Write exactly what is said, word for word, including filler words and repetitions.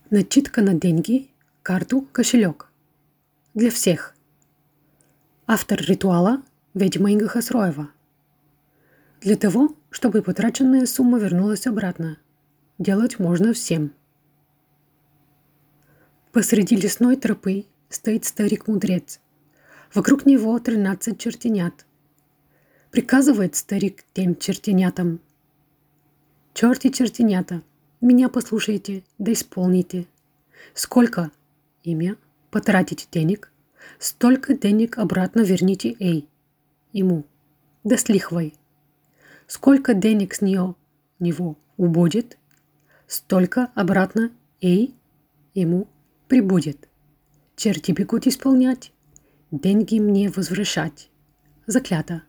Начитка на деньги, карту, кошелек. Для всех. Автор ритуала – ведьма Инга Хасроева. Для того, чтобы потраченная сумма вернулась обратно. Делать можно всем. Посреди лесной тропы стоит старик-мудрец. Вокруг него тринадцать чертенят. Приказывает старик тем чертенятам: «Черти-чертенята, меня послушайте, да исполните. Сколько, имя, потратите денег, столько денег обратно верните ей, ему, да с лихвой. Сколько денег с нее, него убудет, столько обратно ей, ему прибудет. Черти бегут исполнять, деньги мне возвращать. Заклято.